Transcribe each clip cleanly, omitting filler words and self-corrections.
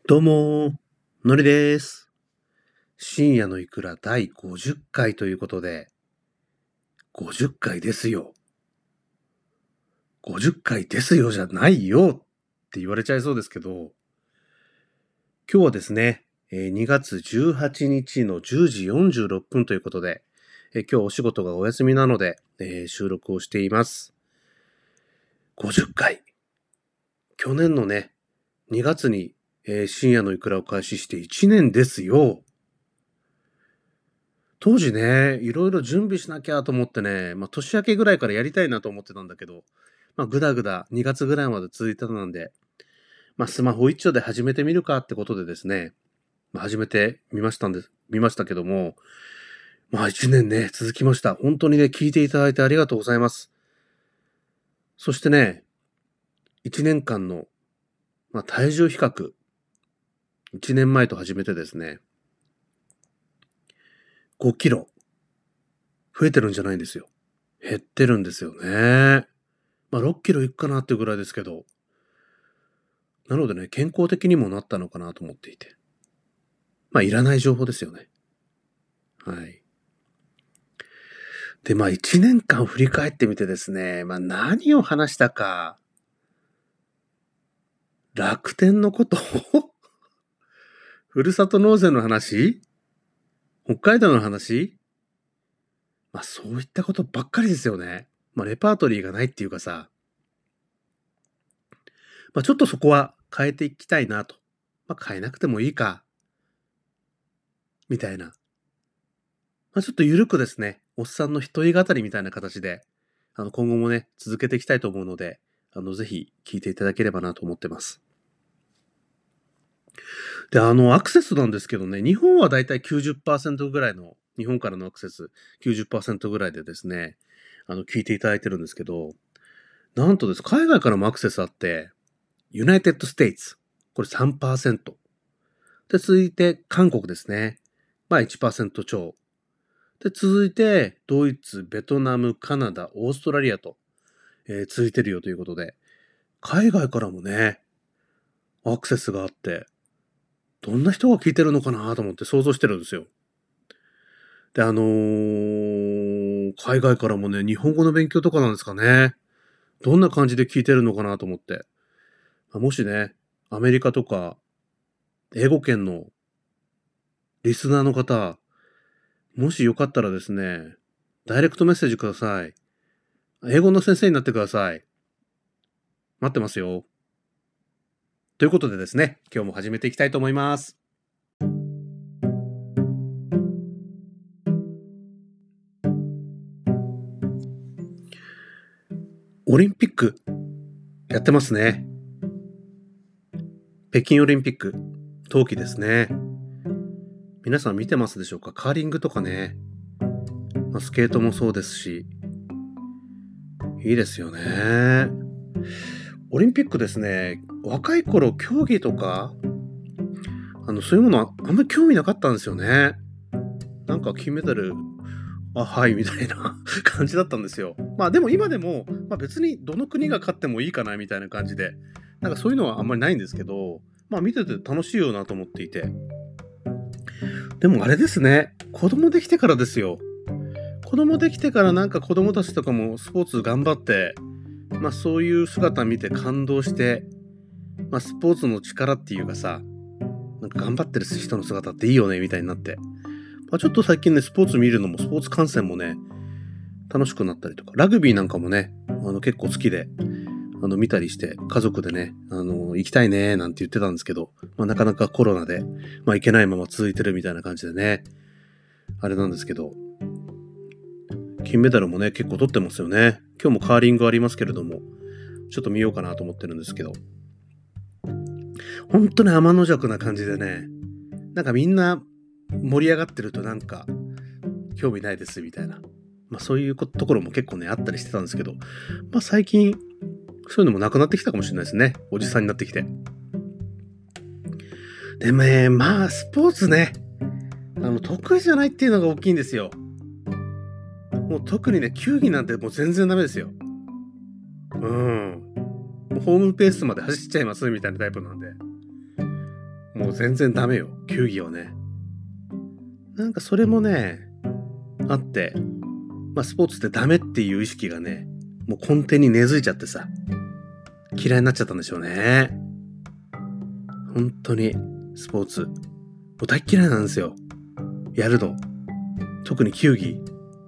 どうものりです。深夜のいくら第50回ということで、50回ですよ。50回ですよじゃないよって言われちゃいそうですけど、今日はですね、2月18日の10時46分ということで、今日お仕事がお休みなので、収録をしています。50回。去年のね、2月に、深夜のいくらを開始して1年ですよ。当時ね、いろいろ準備しなきゃと思ってね、年明けぐらいからやりたいなと思ってたんだけど、ぐだぐだ2月ぐらいまで続いてたので、スマホ一丁で始めてみるかってことでですね、始めてみましたけども、1年ね、続きました。本当にね、聞いていただいてありがとうございます。そしてね、1年間の、体重比較、1年前と始めてですね、5キロ増えてるんじゃないんですよ。減ってるんですよね。6キロいくかなっていうぐらいですけど、なのでね、健康的にもなったのかなと思っていて。いらない情報ですよね。はい。で、1年間振り返ってみてですね、何を話したか、楽天のことふるさと納税の話、北海道の話、そういったことばっかりですよね。レパートリーがないっていうかさ、ちょっとそこは変えていきたいなと。変えなくてもいいか、みたいな。ちょっとゆるくですね、おっさんの一人語りみたいな形で、今後もね、続けていきたいと思うので、ぜひ聞いていただければなと思ってます。で、アクセスなんですけどね、日本はだいたい90%ぐらいの、日本からのアクセス90%ぐらいでですね、聞いていただいてるんですけど、なんとです、海外からもアクセスあって、ユナイテッドステイツ、これ3%。で、続いて韓国ですね。1% 超。で、続いて、ドイツ、ベトナム、カナダ、オーストラリアと、続いてるよということで、海外からもね、アクセスがあって、どんな人が聞いてるのかなと思って想像してるんですよ。で、海外からもね、日本語の勉強とかなんですかね。どんな感じで聞いてるのかなと思って。もしね、アメリカとか、英語圏のリスナーの方、もしよかったらですね、ダイレクトメッセージください。英語の先生になってください。待ってますよ。ということでですね、今日も始めていきたいと思います。オリンピックやってますね。北京オリンピック冬季ですね。皆さん見てますでしょうか？カーリングとかね、スケートもそうですし、いいですよね。オリンピックですね、若い頃競技とか、そういうものはあんまり興味なかったんですよね。なんか金メダル、はい、みたいな感じだったんですよ。でも今でも、別にどの国が勝ってもいいかなみたいな感じで、なんかそういうのはあんまりないんですけど、見てて楽しいよなと思っていて。でもあれですね、子供できてからですよ。子供できてからなんか子供たちとかもスポーツ頑張って、そういう姿見て感動して、スポーツの力っていうかさ、なんか頑張ってる人の姿っていいよねみたいになって。ちょっと最近ね、スポーツ見るのもスポーツ観戦もね、楽しくなったりとか、ラグビーなんかもね、結構好きで、見たりして、家族でね、行きたいねなんて言ってたんですけど、なかなかコロナで、行けないまま続いてるみたいな感じでね、あれなんですけど、金メダルもね、結構取ってますよね。今日もカーリングありますけれども、ちょっと見ようかなと思ってるんですけど、本当に天の弱な感じでね、なんかみんな盛り上がってるとなんか、興味ないですみたいな。そういうところも結構ね、あったりしてたんですけど、最近、そういうのもなくなってきたかもしれないですね。おじさんになってきて。でもね、スポーツね、得意じゃないっていうのが大きいんですよ。もう特にね、球技なんてもう全然ダメですよ。もうホームペースまで走っちゃいますみたいなタイプなんで。 もう全然ダメよ、球技はね。なんかそれもね、あって、スポーツってダメっていう意識がね、もう根底に根付いちゃってさ、嫌いになっちゃったんでしょうね。本当に、スポーツ。もう大っ嫌いなんですよ。やるの。特に球技。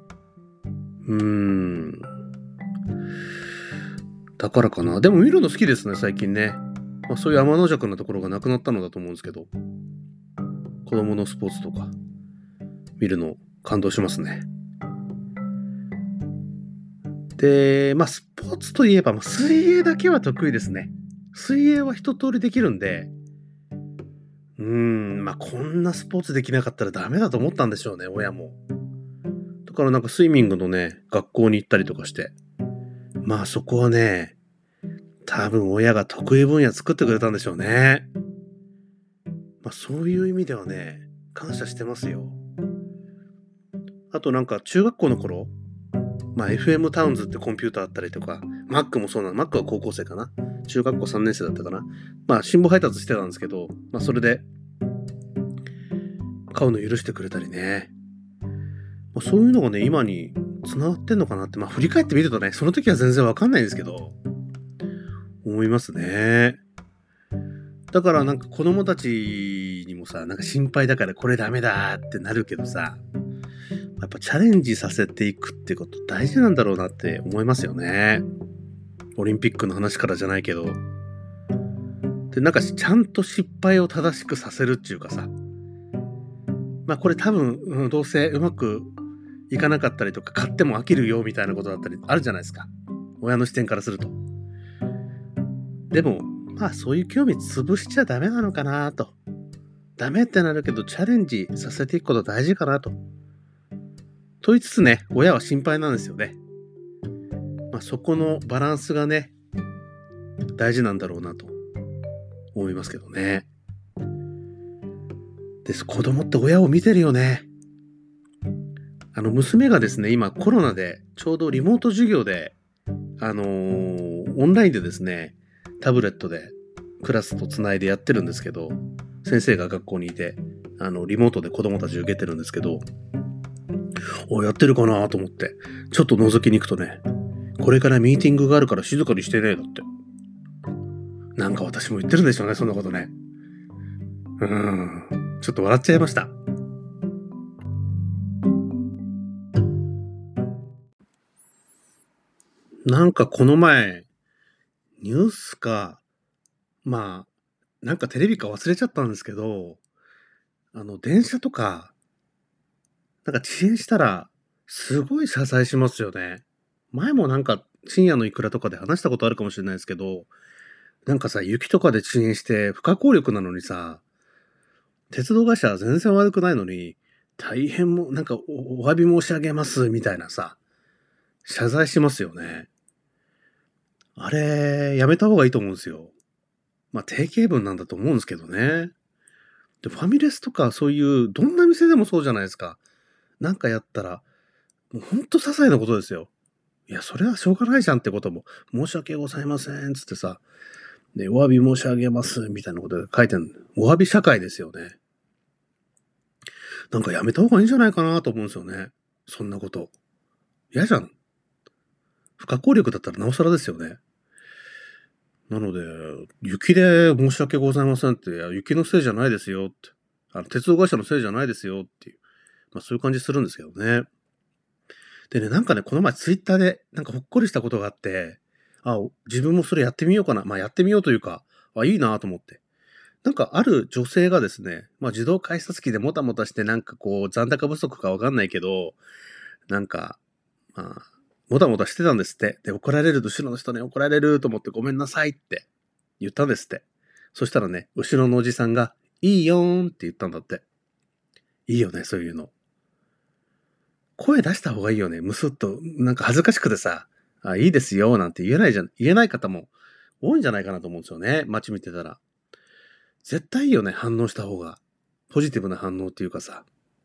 だからかな。でも見るの好きですね、最近ね。そういう天の弱なところがなくなったのだと思うんですけど、子供のスポーツとか、見るの感動しますね。で、スポーツといえば、水泳だけは得意ですね。水泳は一通りできるんで、こんなスポーツできなかったらダメだと思ったんでしょうね、親も。だからなんかスイミングのね、学校に行ったりとかして。そこはね、多分親が得意分野作ってくれたんでしょうね。そういう意味ではね、感謝してますよ。あとなんか中学校の頃、FM タウンズってコンピューターあったりとか、Mac もそうなの。Mac は高校生かな。中学校3年生だったかな。新聞配達してたんですけど、それで、買うの許してくれたりね。そういうのがね、今に繋がってんのかなって、振り返ってみるとね、その時は全然わかんないんですけど、思いますね。だからなんか子供たちにもさ、なんか心配だからこれダメだってなるけどさ、やっぱチャレンジさせていくってこと大事なんだろうなって思いますよね。オリンピックの話からじゃないけど。で、なんかちゃんと失敗を正しくさせるっていうかさ、これ多分、どうせうまくいかなかったりとか、買っても飽きるよみたいなことだったりあるじゃないですか。親の視点からすると。でも、そういう興味潰しちゃダメなのかなと。ダメってなるけど、チャレンジさせていくこと大事かなと。と言いつつね、親は心配なんですよね。そこのバランスがね、大事なんだろうなと思いますけどね。子供って親を見てるよね。娘がですね、今コロナでちょうどリモート授業で、オンラインでですね、タブレットでクラスとつないでやってるんですけど、先生が学校にいて、リモートで子供たち受けてるんですけど、やってるかなと思って、ちょっと覗きに行くとね、これからミーティングがあるから静かにしてね、だって。なんか私も言ってるんでしょうね、そんなことね。ちょっと笑っちゃいました。なんかこの前、ニュースか、なんかテレビか忘れちゃったんですけど、電車とか、なんか遅延したら、すごい謝罪しますよね。前もなんか深夜のいくらとかで話したことあるかもしれないですけど、なんかさ、雪とかで遅延して不可抗力なのにさ、鉄道会社は全然悪くないのに、大変も、なんかお詫び申し上げますみたいなさ、謝罪しますよね。あれ、やめた方がいいと思うんですよ。定型文なんだと思うんですけどね。で、ファミレスとかそういう、どんな店でもそうじゃないですか。なんかやったら、もうほんと些細なことですよ。いや、それはしょうがないじゃんってことも、申し訳ございません、つってさ、で、お詫び申し上げます、みたいなことで書いてある。お詫び社会ですよね。なんかやめた方がいいんじゃないかなと思うんですよね。そんなこと。嫌じゃん。不可抗力だったらなおさらですよね。なので、雪で申し訳ございませんって、いや、雪のせいじゃないですよって。鉄道会社のせいじゃないですよっていう。そういう感じするんですけどね。でね、なんかね、この前ツイッターでなんかほっこりしたことがあって、自分もそれやってみようかな。やってみようというか、いいなと思って。なんかある女性がですね、自動改札機でもたもたしてなんかこう残高不足かわかんないけど、なんか、もたもたしてたんですって。で、怒られる、後ろの人に怒られると思ってごめんなさいって言ったんですって。そしたらね、後ろのおじさんが、いいよーんって言ったんだって。いいよね、そういうの。声出した方がいいよね。むすっと、なんか恥ずかしくてさ、いいですよ、なんて言えない方も多いんじゃないかなと思うんですよね。街見てたら。絶対いいよね、反応した方が。ポジティブな反応っていうかさ。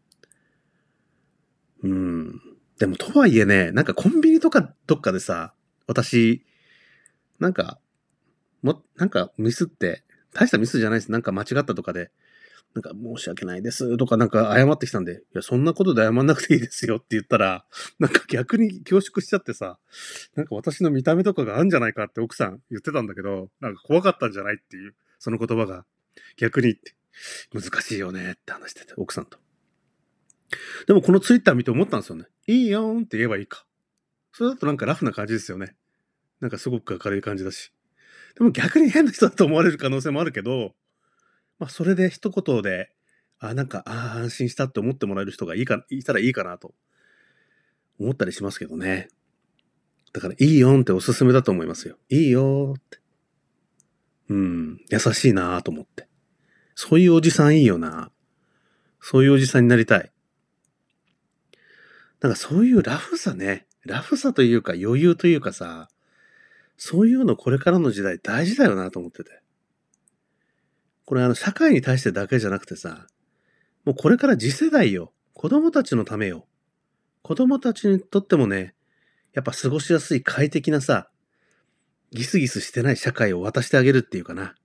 でもとはいえね、なんかコンビニとかどっかでさ、私、なんかミスって大したミスじゃないです。なんか間違ったとかで、なんか申し訳ないですとかなんか謝ってきたんで、いや、そんなことで謝んなくていいですよって言ったら、なんか逆に恐縮しちゃってさ、なんか私の見た目とかがあるんじゃないかって奥さん言ってたんだけど、なんか怖かったんじゃないっていう、その言葉が逆に言って、難しいよねって話してて、奥さんと。でもこのツイッター見て思ったんですよね。いいよーんって言えばいいか。それだとなんかラフな感じですよね。なんかすごく明るい感じだし。でも逆に変な人だと思われる可能性もあるけど、まあそれで一言で、安心したって思ってもらえる人がいたらいいかなと思ったりしますけどね。だからいいよんっておすすめだと思いますよ。いいよーって。優しいなーと思って。そういうおじさんいいよな。そういうおじさんになりたい。なんかそういうラフさね。ラフさというか余裕というかさ、そういうのこれからの時代大事だよなと思ってて。これ社会に対してだけじゃなくてさ、もうこれから次世代よ。子供たちのためよ。子供たちにとってもね、やっぱ過ごしやすい快適なさ、ギスギスしてない社会を渡してあげるっていうかな。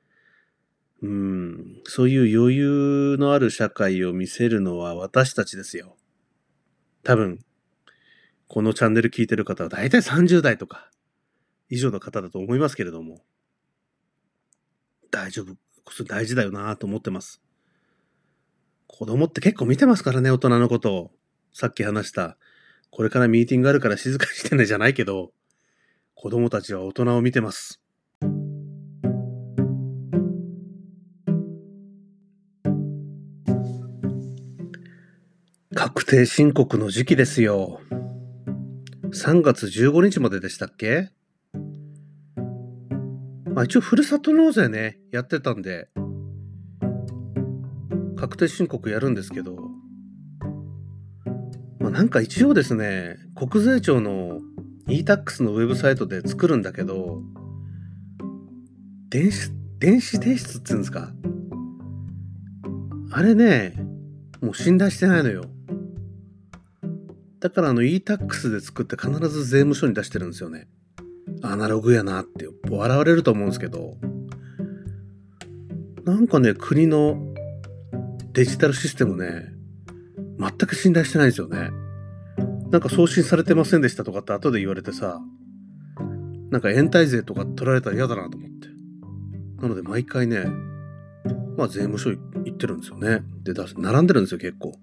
そういう余裕のある社会を見せるのは私たちですよ。多分、このチャンネル聞いてる方は大体30代とか以上の方だと思いますけれども、大丈夫。それ大事だよなと思ってます。子供って結構見てますからね、大人のことを。さっき話した、これからミーティングあるから静かにしてねじゃないけど、子供たちは大人を見てます。確定申告の時期ですよ。3月15日まででしたっけ？一応ふるさと納税ね、やってたんで、確定申告やるんですけど、なんか一応ですね、国税庁の e-tax のウェブサイトで作るんだけど、電子提出って言うんですか？あれね、もう信頼してないのよ。だからe-tax で作って必ず税務署に出してるんですよね。アナログやなって笑われると思うんですけど、なんかね、国のデジタルシステムね、全く信頼してないんですよね。なんか送信されてませんでしたとかって後で言われてさ、なんか延滞税とか取られたら嫌だなと思って。なので毎回ね、税務署行ってるんですよね。で、並んでるんですよ、結構。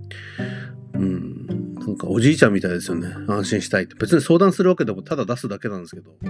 なんかおじいちゃんみたいですよね。安心したいって。別に相談するわけでもただ出すだけなんですけど。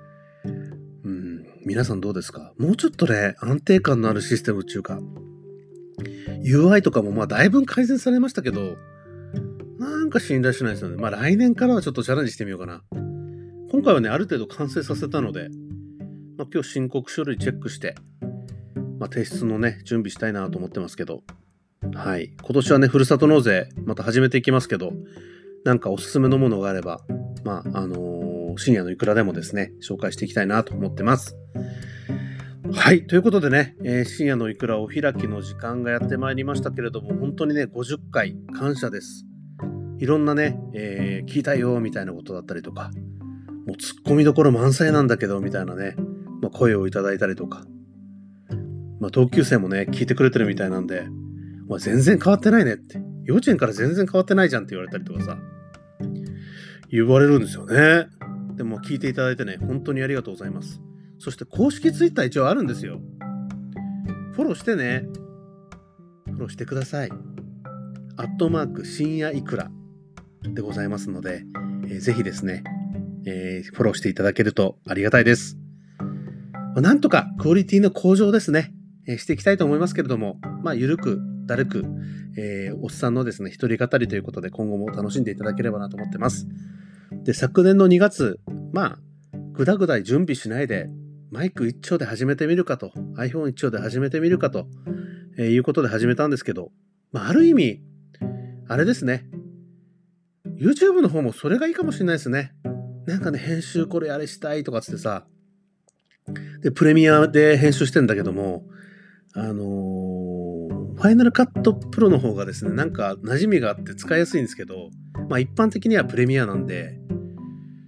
皆さんどうですか？もうちょっとね、安定感のあるシステムっていうか、UI とかもだいぶ改善されましたけど、なんか信頼しないですよね。来年からはちょっとチャレンジしてみようかな。今回はね、ある程度完成させたので、今日申告書類チェックして、提出のね、準備したいなと思ってますけど、はい。今年はね、ふるさと納税、また始めていきますけど、なんかおすすめのものがあれば、深夜のいくらでもですね、紹介していきたいなと思ってます。はい。ということでね、深夜のいくらお開きの時間がやってまいりましたけれども、本当にね、50回感謝です。いろんなね、聞いたよみたいなことだったりとか、もうツッコミどころ満載なんだけどみたいなね、声をいただいたりとか、同級生もね、聞いてくれてるみたいなんで、全然変わってないねって。幼稚園から全然変わってないじゃんって言われたりとかさ、言われるんですよね。でも聞いていただいてね、本当にありがとうございます。そして公式ツイッター一応あるんですよ。フォローしてね。フォローしてください。@深夜いくらでございますので、ぜひですね、フォローしていただけるとありがたいです。なんとかクオリティの向上ですね、していきたいと思いますけれども、ゆるく、だるく、おっさんのですね、一人語りということで今後も楽しんでいただければなと思ってます。で、昨年の2月、ぐだぐだ準備しないで、マイク一丁で始めてみるかと、iPhone 一丁で始めてみるかと、いうことで始めたんですけど、ある意味、あれですね、YouTube の方もそれがいいかもしれないですね。なんかね、編集これあれしたいとかつってさ、で、プレミアで編集してんだけども、ファイナルカットプロの方がですね、なんか馴染みがあって使いやすいんですけど、一般的にはプレミアなんで、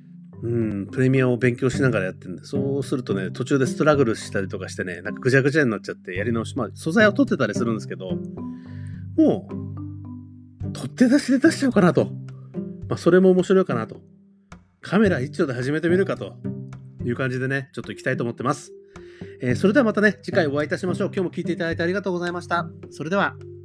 プレミアを勉強しながらやってるんで、そうするとね、途中でストラグルしたりとかしてね、なんかぐちゃぐちゃになっちゃってやり直し、素材を取ってたりするんですけど、もう、取って出しで出しちゃおうかなと。それも面白いかなと。カメラ一丁で始めてみるかという感じでね、ちょっと行きたいと思ってます。それではまたね、次回お会いいたしましょう。今日も聞いていただいてありがとうございました。それでは。